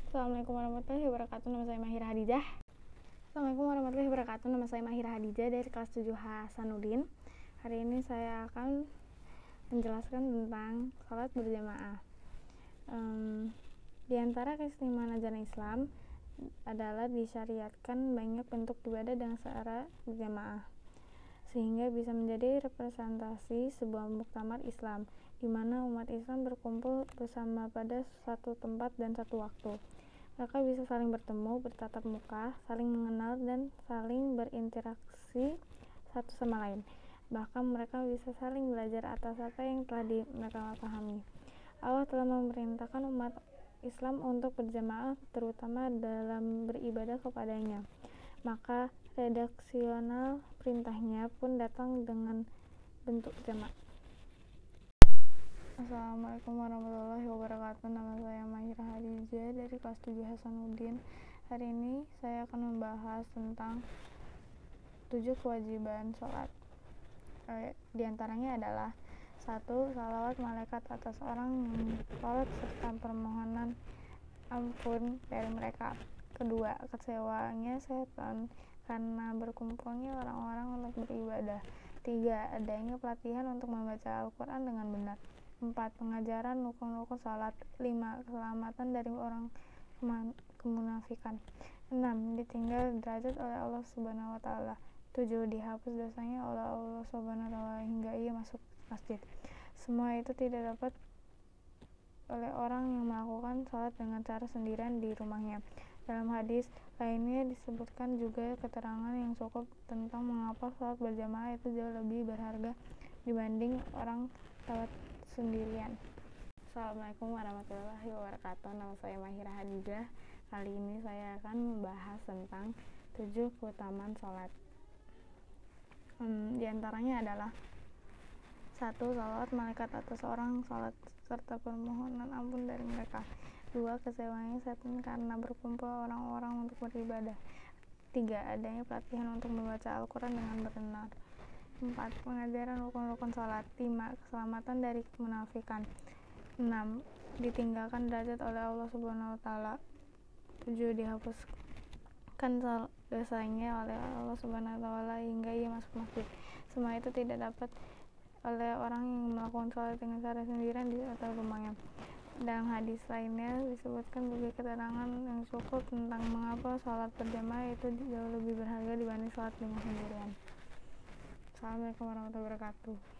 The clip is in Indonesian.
Assalamualaikum warahmatullahi wabarakatuh. Nama saya Mahira Hadijah. Assalamualaikum warahmatullahi wabarakatuh. Nama saya Mahira Hadijah dari kelas 7 Hasanuddin. Hari ini saya akan menjelaskan tentang sholat berjamaah. Di antara keistimewaan ajaran Islam adalah disyariatkan banyak bentuk ibadah dengan secara berjamaah, sehingga bisa menjadi representasi sebuah muktamar Islam, di mana umat Islam berkumpul bersama pada satu tempat dan satu waktu. Mereka bisa saling bertemu, bertatap muka, saling mengenal, dan saling berinteraksi satu sama lain. Bahkan mereka bisa saling belajar atas apa yang telah mereka pahami. Allah telah memerintahkan umat Islam untuk berjamaah, terutama dalam beribadah kepadanya. Maka redaksional perintahnya pun datang dengan bentuk jamaah. Assalamualaikum warahmatullahi wabarakatuh. Nama saya Mahira Hadijah dari kelas 7 Hasanuddin. Hari ini saya akan membahas tentang 7 kewajiban sholat. Di antaranya adalah 1. Salawat malaikat atas orang yang sholat serta permohonan ampun dari mereka. 2. Kecewanya setan karena berkumpulnya orang-orang untuk beribadah. 3. Adanya pelatihan untuk membaca Al-Quran dengan benar. 4. Pengajaran rukun-rukun salat. 5. Keselamatan dari orang kemunafikan. 6. Ditinggal derajat oleh Allah Subhanahu wa taala. 7. Dihapus dosanya oleh Allah Subhanahu wa taala hingga ia masuk masjid. Semua itu tidak dapat oleh orang yang melakukan salat dengan cara sendirian di rumahnya. Dalam hadis lainnya disebutkan juga keterangan yang cukup tentang mengapa salat berjamaah itu jauh lebih berharga dibanding orang salat sendirian. Assalamualaikum warahmatullahi wabarakatuh. Nama saya Mahira Hadijah. Kali ini saya akan membahas tentang 7 keutamaan sholat. Di antaranya adalah 1. Salawat malaikat atas orang sholat serta permohonan ampun dari mereka. 2. Kecewanya setan karena berkumpul orang-orang untuk beribadah. 3. Adanya pelatihan untuk membaca Al-Quran dengan benar. 4. Pengajaran rukun-rukun salat. 5. Keselamatan dari kemunafikan. 6. Ditinggalkan derajat oleh Allah Subhanahu wa taala. 7. Dihapuskan dosanya oleh Allah Subhanahu wa taala hingga ia masuk masjid. Semua itu tidak dapat oleh orang yang melakukan salat dengan cara sendirian di atau rumahnya. Dalam hadis lainnya disebutkan juga keterangan yang cukup tentang mengapa salat berjamaah itu jauh lebih berharga dibanding salat dengan sendirian. Assalamualaikum warahmatullahi wabarakatuh.